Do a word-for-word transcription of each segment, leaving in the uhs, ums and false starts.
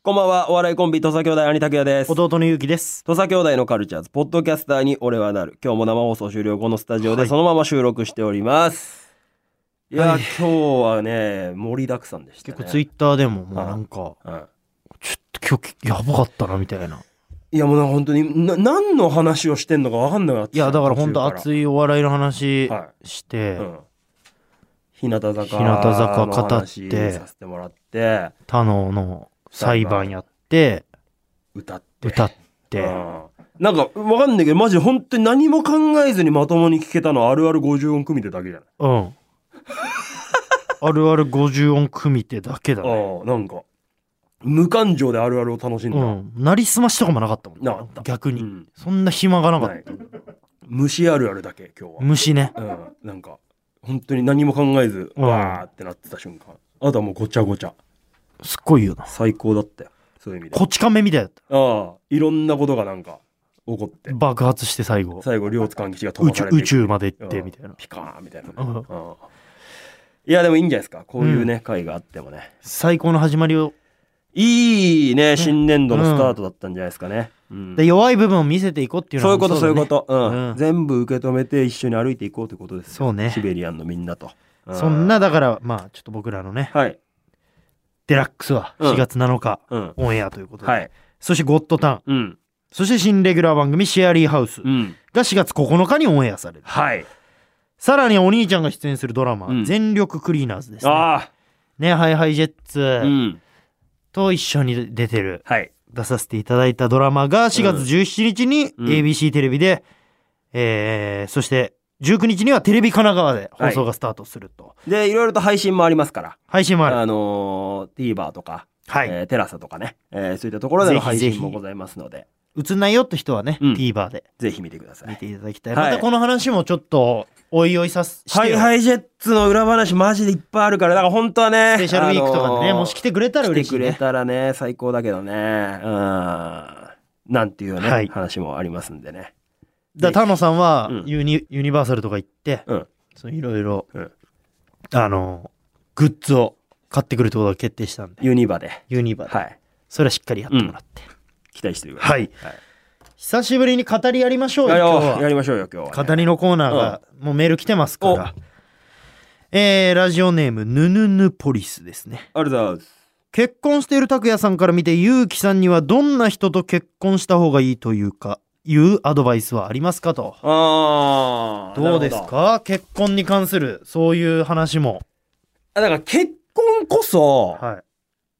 こんばんは。お笑いコンビ土佐兄弟兄拓也です。 弟のゆうきです。 土佐兄弟のカルチャーズポッドキャスターに俺はなる。今日も生放送終了後のスタジオでそのまま収録しております、はい、いや、はい、今日はね盛りだくさんでしたね。 結構ツイッターでももうなんか、うんうん、ちょっと今日やばかったなみたいな。 いやもうな本当にな何の話をしてんのか分かんなくなって。 いやだから本当熱いお笑いの話して、 はい、うん、日向坂日向坂語ってさせてもらって他のの裁判やって歌って歌って、 うん、なんか分かんないけどマジで本当に何も考えずにまともに聴けたのはあるあるごじゅう音組手だけじゃない。 うんあるあるごじゅう音組手だけだね。 あなんか無感情であるあるを楽しんだ、うん、 なりすましとかもなかったもん。なかった逆に、うん、そんな暇がなかった。 虫あるあるだけ今日は虫ね、 うん、なんか本当に何も考えず、うん、わーってなってた瞬間あとはもうごちゃごちゃすっごいよな。 最高だったよ。そういう意味でこち亀みたいだった。 ああいろんなことがなんか起こって爆発して最後最後両津勘吉が飛ばされて宇宙、宇宙まで行ってみたいな、 ピカーンみたいな、うんうん、いやでもいいんじゃないですかこういうね、うん、回があってもね。 最高の始まりをいいね新年度のスタートだったんじゃないですかね、うん、 で弱い部分を見せていこうっていうのはそういうことそういうこと、うんうん、 全部受け止めて一緒に歩いていこうということですよ。 そうねシベリアンのみんなと、 うん、そんなだからまあちょっと僕らのね、 はい、 デラックスはしがつなのか、うん、オンエアということで、はい、そしてゴッドタン、うん、そして新レギュラー番組シェアリーハウスがしがつここのかにオンエアされる、はい、さらにお兄ちゃんが出演するドラマ、うん、全力クリーナーズですね。あねハイハイジェッツ、うんと一緒に出てる、はい、出させていただいたドラマがしがつじゅうしちにちに エービーシー テレビで、うんえー、そしてじゅうくにちにはテレビ神奈川で放送がスタートすると、はい、 でいろいろと配信もありますから配信もある、 あのー、TVer とか、はいえー、テラサとかね、えー、そういったところでの配信もございますので映んないよって人はね、うん、TVer でぜひ見てください。 見ていただきたい、はい、またこの話もちょっとおいおいさして、 ハイハイジェッツの裏話マジでいっぱいあるからだから本当はねスペシャルウィークとかでね、あのー、もし来てくれたら嬉しいね。 来てくれたらね最高だけどねうんなんていうね、はい、話もありますんでね。 だ田野さんはユニ、うん、ユニバーサルとか行って、うん、そういろいろあのグッズを買ってくるってことが決定したんでユニバでユニバで、はい、それはしっかりやってもらって、うん、 期待してるから、はい、はい、 久しぶりに語りやりましょうよ。 や今日はやりましょうよ今日は、ね、 語りのコーナーが、うん、もうメール来てますから、えー、ラジオネームヌヌヌポリスですね。 ありがとうございます。 結婚している拓也さんから見てゆうきさんにはどんな人と結婚した方がいいというかいうアドバイスはありますかと。あどうですか結婚に関するそういう話も。 だから結婚こそ、はい、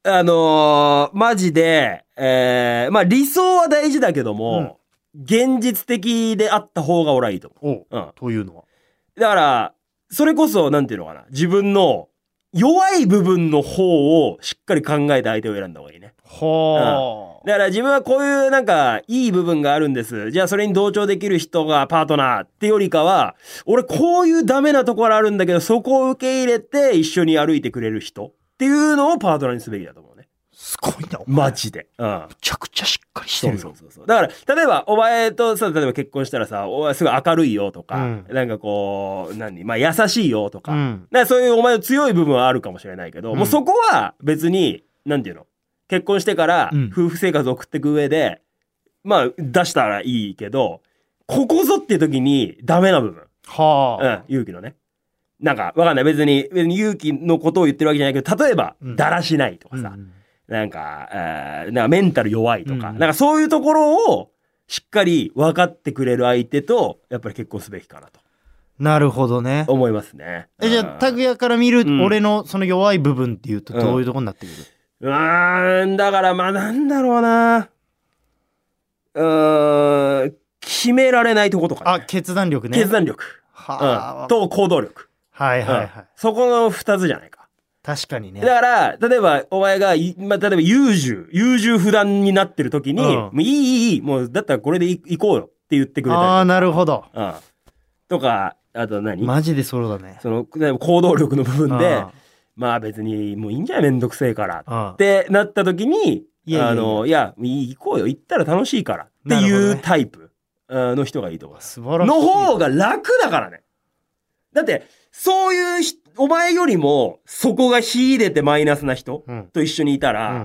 あのー、マジで、えー、まあ理想は大事だけども、うん、現実的であった方が俺はいいと思う。 おう、うん、というのはだからそれこそなんていうのかな自分の弱い部分の方をしっかり考えて相手を選んだ方がいいね。はあ、うん。だから自分はこういうなんかいい部分があるんです。じゃあそれに同調できる人がパートナーってよりかは、俺こういうダメなところあるんだけど、そこを受け入れて一緒に歩いてくれる人っていうのをパートナーにすべきだと思うね。 すごいな、 マジで。 うん。むちゃくちゃしっかりしてるよ。 そうそうそう。だから、例えば、お前とさ、例えば結婚したらさ、お前すごい明るいよとか、うん、なんかこう、何、まあ優しいよとか、うん、だからそういうお前の強い部分はあるかもしれないけど、うん、もうそこは別に、なんていうの結婚してから夫婦生活を送っていく上で、うん、まあ出したらいいけど、ここぞっていう時にダメな部分。はあ。うん、勇気のね。なんか、わかんない。別に、別に勇気のことを言ってるわけじゃないけど、例えば、うん、だらしないとかさ、うんなんか、えー、なんかメンタル弱いとか、うん、なんかそういうところをしっかり分かってくれる相手とやっぱり結婚すべきかなと。 なるほどね。 思いますね。 えじゃあ拓也から見る俺のその弱い部分っていうとどういうところになってくる？ うん、うーんだからまあなんだろうな。うーん決められないとことか、ね。 あ決断力ね。 決断力。はあ、うん。と行動力。 はいはいはい。うん、 そこの二つじゃないか。 確かにね。 だから、例えば、お前が、まあ、例えば、優柔、優柔不断になってる時に、うん、もういい、いい、いい、もう、だったらこれで行こうよって言ってくれたりとか。 ああ、なるほど。 うん。とか、あと何マジでそうだね。 その、行動力の部分で、まあ別に、もういいんじゃないめんどくせえから。ってなった時に、いやいやいやあの、いや、行こうよ、行ったら楽しいからっていうタイプの人がいいと思う。 素晴らしい。 の方が楽だからね。だって、そういう人、お前よりも、そこが秀でてマイナスな人と一緒にいたら、うんうん、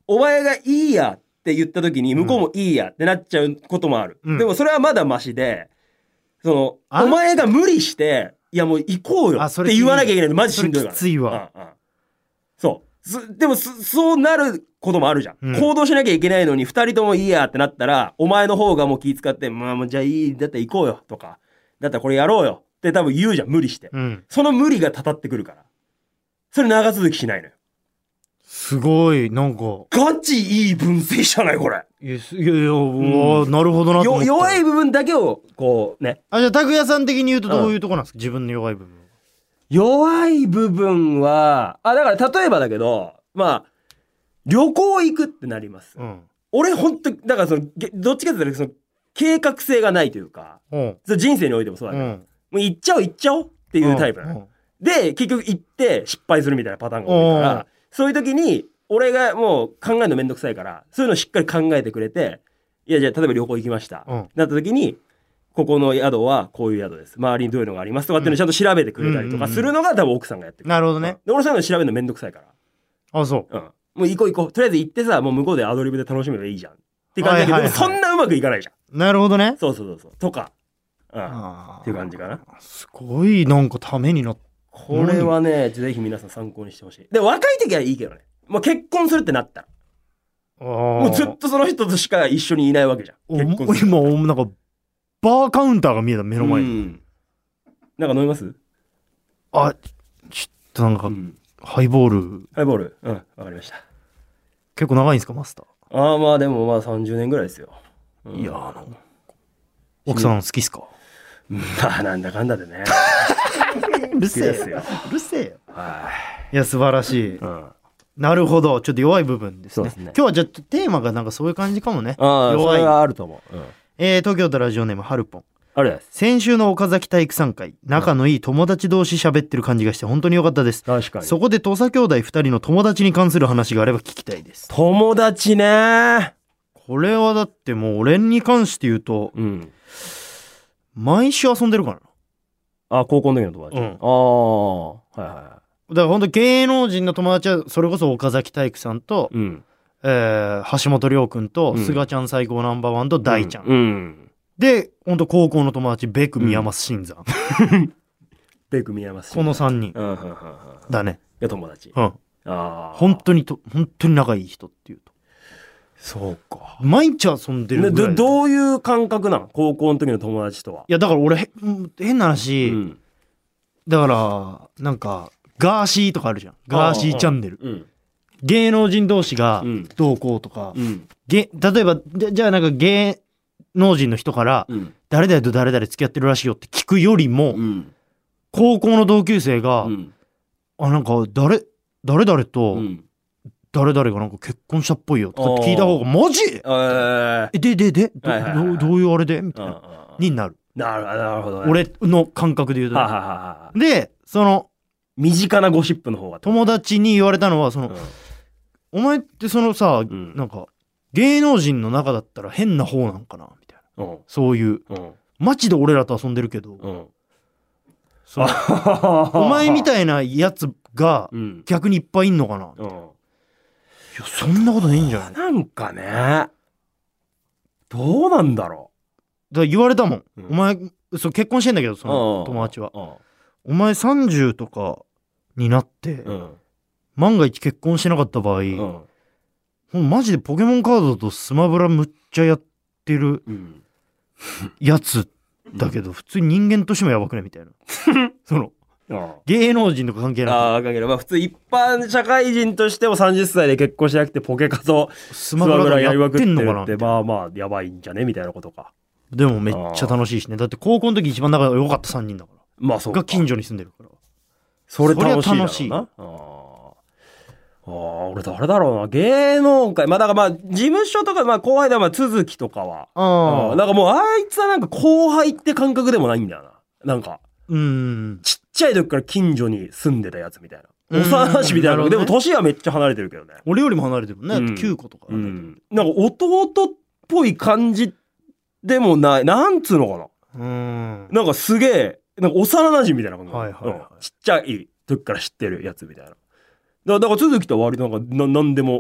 お前がいいやって言った時に向こうもいいやってなっちゃうこともある、 うん、 でもそれはまだマシで、そのお前が無理していやもう行こうよって言わなきゃいけないのマジしんどいから、 きついわ、 うんうん、そうでもそうなることもあるじゃん、うん、行動しなきゃいけないのにふたりともいいやってなったらお前の方がもう気遣ってまあもうじゃあいいだったら行こうよとかだったらこれやろうよって多分言うじゃん無理して、うん、その無理がたたってくるからそれ長続きしないのよ。 すごいなんかガチいい分析じゃないこれ。 いやいやいや、うん、なるほどなと思った。 弱い部分だけをこうね。 あ、じゃあ拓也さん的に言うとどういうとこなんですか、うん、自分の弱い部分。 弱い部分はあだから例えばだけどまあ旅行行くってなります、うん、俺ほんとだからそのどっちかっていうとその計画性がないというか、うん、その人生においてもそうだけど、うん、もう行っちゃおう行っちゃおうっていうタイプなの、うん、で結局行って失敗するみたいなパターンが多いから、うん、そういう時に俺がもう考えるのめんどくさいからそういうのをしっかり考えてくれていやじゃあ例えば旅行行きました、うん、なった時にここの宿はこういう宿です周りにどういうのがありますとかっていうのをちゃんと調べてくれたりとかするのが多分奥さんがやってくる。 なるほどね。 で俺そういうの調べるのめんどくさいからあそう、 うん、もう行こう行こうとりあえず行ってさもう向こうでアドリブで楽しめばいいじゃんって感じだけど、はいはいはい、そんなうまくいかないじゃん。 なるほどね。 そうそうそうそうとか、うん、っていう感じかな。 すごいなんかためになっこれはねぜひ皆さん参考にしてほしい。で若い時はいいけどねもう結婚するってなったらもうずっとその人としか一緒にいないわけじゃん。結婚する今なんかバーカウンターが見えた目の前に、うん、 なんか飲みます？ あちょっとなんか、うん、ハイボールハイボールうんわかりました。 結構長いんですかマスター？ ああまあでもまあさんじゅうねんぐらいですよ、 うん、いやーなんか奥さん好きっすか？ まあなんだかんだでねうるせえようるせえよ。はいいや素晴らしい、うん、なるほどちょっと弱い部分ですね。ですね今日はじゃあテーマがなんかそういう感じかもね。 ああ弱いそれはあると思う、うんえー、東京都ラジオネームはるぽん。 あれ先週の岡崎体育さん会仲のいい友達同士喋ってる感じがして本当に良かったです。 確かにそこで土佐兄弟ふたりの友達に関する話があれば聞きたいです。 友達ねこれはだってもう俺に関して言うと、うん、毎週遊んでるからな。あ高校の時の友達、うん、ああはいはいだから本当芸能人の友達はそれこそ岡崎体育さんと、うんえー、橋本涼くんと、うん、菅ちゃん最高ナンバーワンと大ちゃん、うんうん、で本当高校の友達ベク宮益新山、 うん、ベク宮益新山このさんにん、うん、だねが友達、 うん、あ本当にと本当に仲いい人っていうとそうか毎日遊んでるぐらい、 ね、ど, どういう感覚なん高校の時の友達とは。 いやだから俺変な話、うん、だからなんかガーシーとかあるじゃんガーシーチャンネル、うん、芸能人同士がどうこうとか、うん、例えばじゃあなんか芸能人の人から、うん、誰々と誰々付き合ってるらしいよって聞くよりも、うん、高校の同級生が、うん、あなんか誰誰々と、うん誰々がなんか結婚したっぽいよとかって聞いた方がマジえー、ででで ど,、はいはいはい、ど, どういうあれでみたいなになるなるなるほど、ね、 俺の感覚で言うと、ね、はははでその身近なゴシップの方が友達に言われたのはその、うん、お前ってそのさ、うん、なんか芸能人の中だったら変な方なんかなみたいな、うん、そういう、うん、マジで俺らと遊んでるけど、うん、そお前みたいなやつが逆にいっぱいいんのかなみたいな、うんいやそんなことないんじゃないなんかねどうなんだろうだから言われたもん、うん、お前そう結婚してんだけどその友達はお前さんじゅうとかになって、うん、万が一結婚してなかった場合、うん、ほんマジでポケモンカードとスマブラむっちゃやってるやつだけど、うん、普通に人間としてもやばくねみたいなその芸能人とか関係ないあ関係ない、まあ、普通一般社会人としてもさんじゅっさいで結婚しなくてポケカとスマブラやりまくってんのかなってまあまあやばいんじゃねみたいなことか。 でもめっちゃ楽しいしねだって高校の時一番仲良かったさんにんだからまあそうが近所に住んでるからそれ楽しいだろうな。ああ俺誰だろうな芸能界まあだからまあ事務所とかまあ後輩ではまあ都築とかはあなんかもうあいつはなんか後輩って感覚でもないんだよななんかうんちっちゃい時から近所に住んでたやつみたいな幼馴染みたいな、ね、でも年はめっちゃ離れてるけどね俺よりも離れてるもんね、うん、きゅうことか、うん、 なんか弟っぽい感じでもないなんつうのかなうんなんかすげえなんか幼馴染みたいな感じ、はいはいはいうん、ちっちゃい時から知ってるやつみたいなだから都築とは割となんかな何でも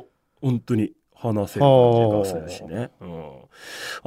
本当に話せる感じがするしね。うん、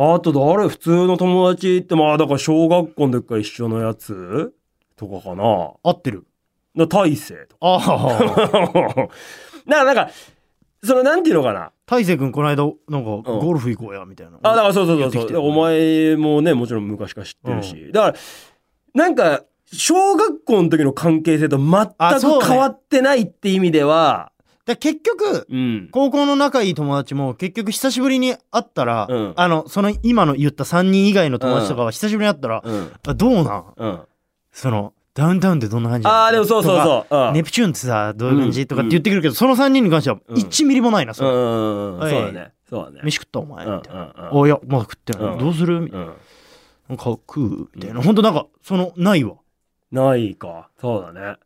あと誰普通の友達ってまあだから小学校の時から一緒のやつとかかな。 合ってる。 な大勢とか。 ああ。 だからなんかそのなんていうのかな。 大勢君この間なんかゴルフ行こうやみたいな。うん、 あだからそうそうそうそう。お前もねもちろん昔から知ってるし、うん、だからなんか小学校の時の関係性と全く変わってないって意味では。 で結局、うん、高校の仲いい友達も結局久しぶりに会ったら、うん、あのその今の言ったさんにん以外の友達とかは久しぶりに会ったら、うん、あどうなん、うん、そのダウンタウンってどんな感じああでもそうそうそう、 うん、ネプチューンってさどういう感じ、うん、とかって言ってくるけど、そのさんにんに関してはいちミリもないなそれ、うんうんうん、そうだねそうだね飯食ったお前みたいな、うんうんうん、おいやまだ食ってない、うん、どうするみたいな、うん、食うみたいな、うん、ほんとなんかそのないわないかそうだねだから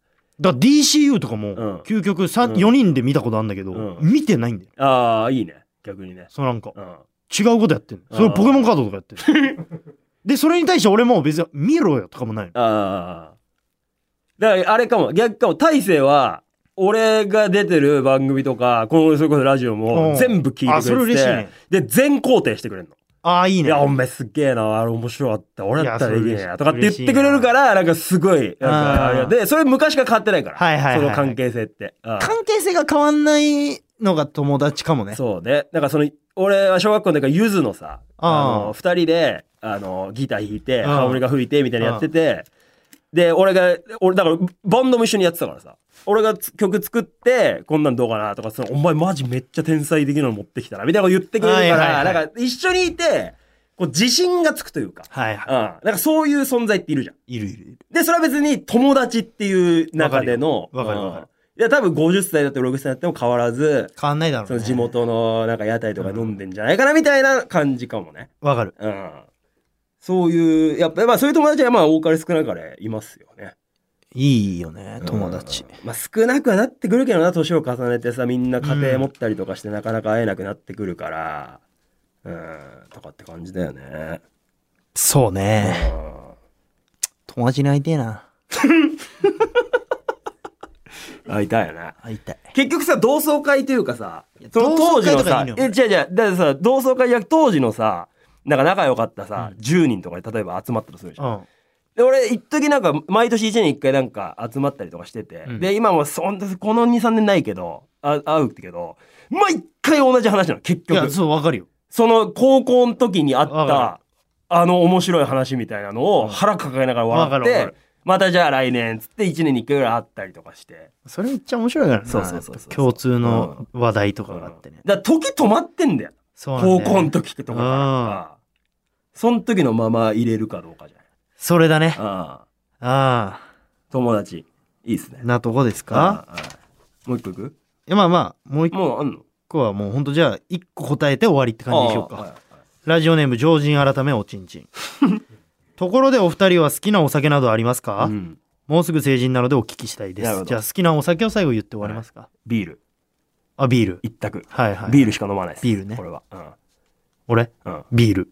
ディーシーユー とかも究極さん、うん、よにんで見たことあるんだけど、うん、見てないんだよ。 ああいいね逆にね。 そうなんか、うん、違うことやってんの。それポケモンカードとかやってるでそれに対して俺も別に見ろよとかもないの。ああだからあれかも逆かも大勢は俺が出てる番組とかこのそれこそラジオも全部聞いてくれてて、それ嬉しいね、で全肯定してくれるの。 ああいいね。 いやお前すっげえなあれ面白かった俺だったらできねえなとかって言ってくれるからなんかすごいなんかでそれ昔から変わってないから、はいはいはいはい、その関係性って関係性が変わんないのが友達かもね。 そうねだからその俺は小学校の時からゆずのさあのふたりであのギター弾いてハーモニカ吹いてみたいなやっててで俺が俺だからバンドも一緒にやってたからさ俺が曲作ってこんなんどうかなとかそのお前マジめっちゃ天才的なの持ってきたなみたいなこと言ってくれるから、はいはいはい、なんか一緒にいてこう自信がつくというか、はいはい、うん、なんかそういう存在っているじゃん。 いるいるいる。 でそれは別に友達っていう中でのわかるわかる。 いや多分ごじゅっさいだってろくじゅっさいだっても変わらず変わんないだろうね。 その地元のなんか屋台とか飲んでんじゃないかなみたいな感じかもね。 わかる。 うん。そういうやっぱまあそういう友達はまあ多かれ少なかれいますよね。 いいよね友達、 うん、まあ少なくはなってくるけどな年を重ねてさみんな家庭持ったりとかしてなかなか会えなくなってくるからうん、うん、とかって感じだよね。 そうね、うん、友達に会いてえな会いたいよね。 会いたい。 結局さ同窓会というかさその当時のさえ違う違うだってさ同窓会や当時のさなんか仲良かったさ、うん、じゅうにんとかで例えば集まったとするじゃん、うんで俺一時なんか毎年いちねんにいっかいなんか集まったりとかしてて、うん、で今もそんこの にさんねんないけどあ会うけど毎回同じ話なの結局。 いやそうわかるよ。 その高校の時にあったあの面白い話みたいなのを腹抱えながら笑ってまたじゃあ来年っつっていちねんにいっかいぐらい会ったりとかしてそれめっちゃ面白いからね。そうそうそうそう共通の話題とかがあってね、うん、 だから時止まってんだよ。そうなんだよ高校の時ってとこからその時のまま入れるかどうかじゃない。 それだね。ああ。ああ。 友達。いいっすね。 なとこですか？ああもう一個いく？ いやまあまあ、もう一個。 もうあんの？ 個はもうほんとじゃあ一個答えて終わりって感じでしょうか。はいはい、ラジオネーム常人改めおちんちん。ところでお二人は好きなお酒などありますか？うん、もうすぐ成人なのでお聞きしたいです。じゃあ好きなお酒を最後言って終わりますか？はい、 ビール。 あ、ビール。 一択。 はいはい。 ビールしか飲まないです。 ビールね。 これは。うん、 俺？うん。ビール。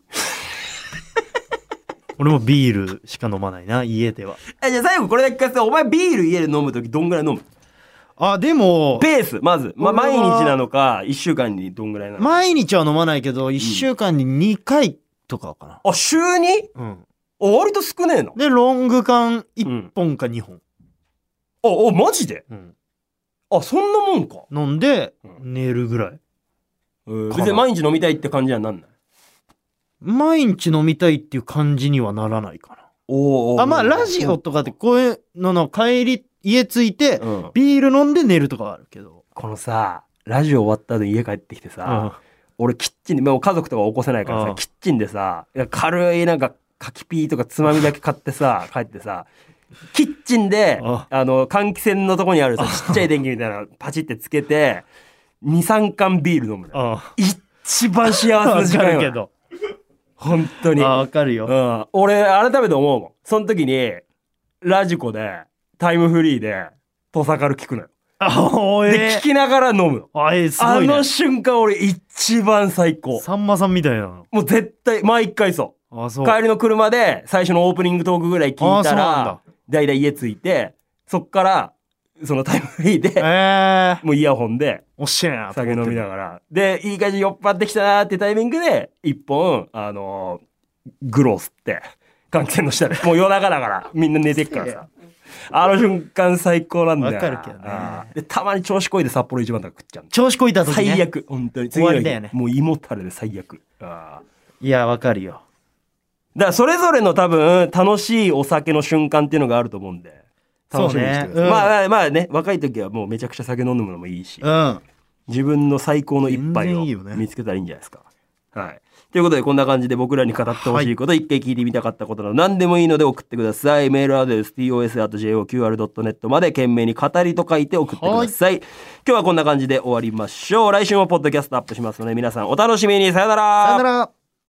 俺もビールしか飲まないな家では。 えじゃあ最後これだけ聞かせて。お前ビール家で飲むときどんぐらい飲む？ あでもペースまず、まあ、毎日なのかいっしゅうかんにどんぐらいなのか。 毎日は飲まないけどいっしゅうかんににかいとかかな、 うん、あ週に？うん。割と少ねえの。 でロング缶いっぽんかにほん、うん、 ああマジで？うん。あそんなもんか。 飲んで寝るぐらい、 うん、別に毎日飲みたいって感じにはなんない？ 毎日飲みたいっていう感じにはならないかな。おーあまあラジオとかでこういうのの帰り家着いて、うん、ビール飲んで寝るとかはあるけど、 このさラジオ終わった後家帰ってきてさ、うん、俺キッチンでもう家族とか起こせないからさ、うん、キッチンでさ軽いなんか柿ピーとかつまみだけ買ってさ帰ってさキッチンであの換気扇のとこにあるさちっちゃい電気みたいなのパチってつけて にさんかんビール飲むの一番幸せな時間よ本当に。 あ、わかるよ。 うん。俺、改めて思うもん。その時に、ラジコで、タイムフリーで、トサカル聞くのよ。 あ、おえー、 で、聞きながら飲むの。 あ、えー、すごいね。 あの瞬間俺一番最高。 さんまさんみたいな。 もう絶対、毎回そう。 あ、そう。 帰りの車で、最初のオープニングトークぐらい聞いたら、だいたい家着いて、そっから、 そのタイムフリーで、えー、もうイヤホンでおっしゃな酒飲みながらでいい感じに酔っ払ってきたなーってタイミングで一本あのー、グロースって換気扇の下でもう夜中だからみんな寝てっからさあの瞬間最高なんだよ。 わかるけどね。 でたまに調子こいで札幌一番とか食っちゃう。 調子こいた時ね。 最悪本当に次の日終わりだよね。もう胃もたれで最悪。あいやわかるよ。 だからそれぞれの多分楽しいお酒の瞬間っていうのがあると思うんで楽しみにしてください。ねうん、まあまあね若い時はもうめちゃくちゃ酒飲むのもいいし、うん、自分の最高の一杯を見つけたらいいんじゃないですか。はい。ということでこんな感じで僕らに語ってほしいこと、はい、一回聞いてみたかったことなど何でもいいので送ってください。メールアドレス ティーオーエス アット ジェイオーキューアール ドット ネット まで懸命に語りと書いて送ってください、はい、今日はこんな感じで終わりましょう。来週もポッドキャストアップしますので皆さんお楽しみに。さよなら。 さよなら。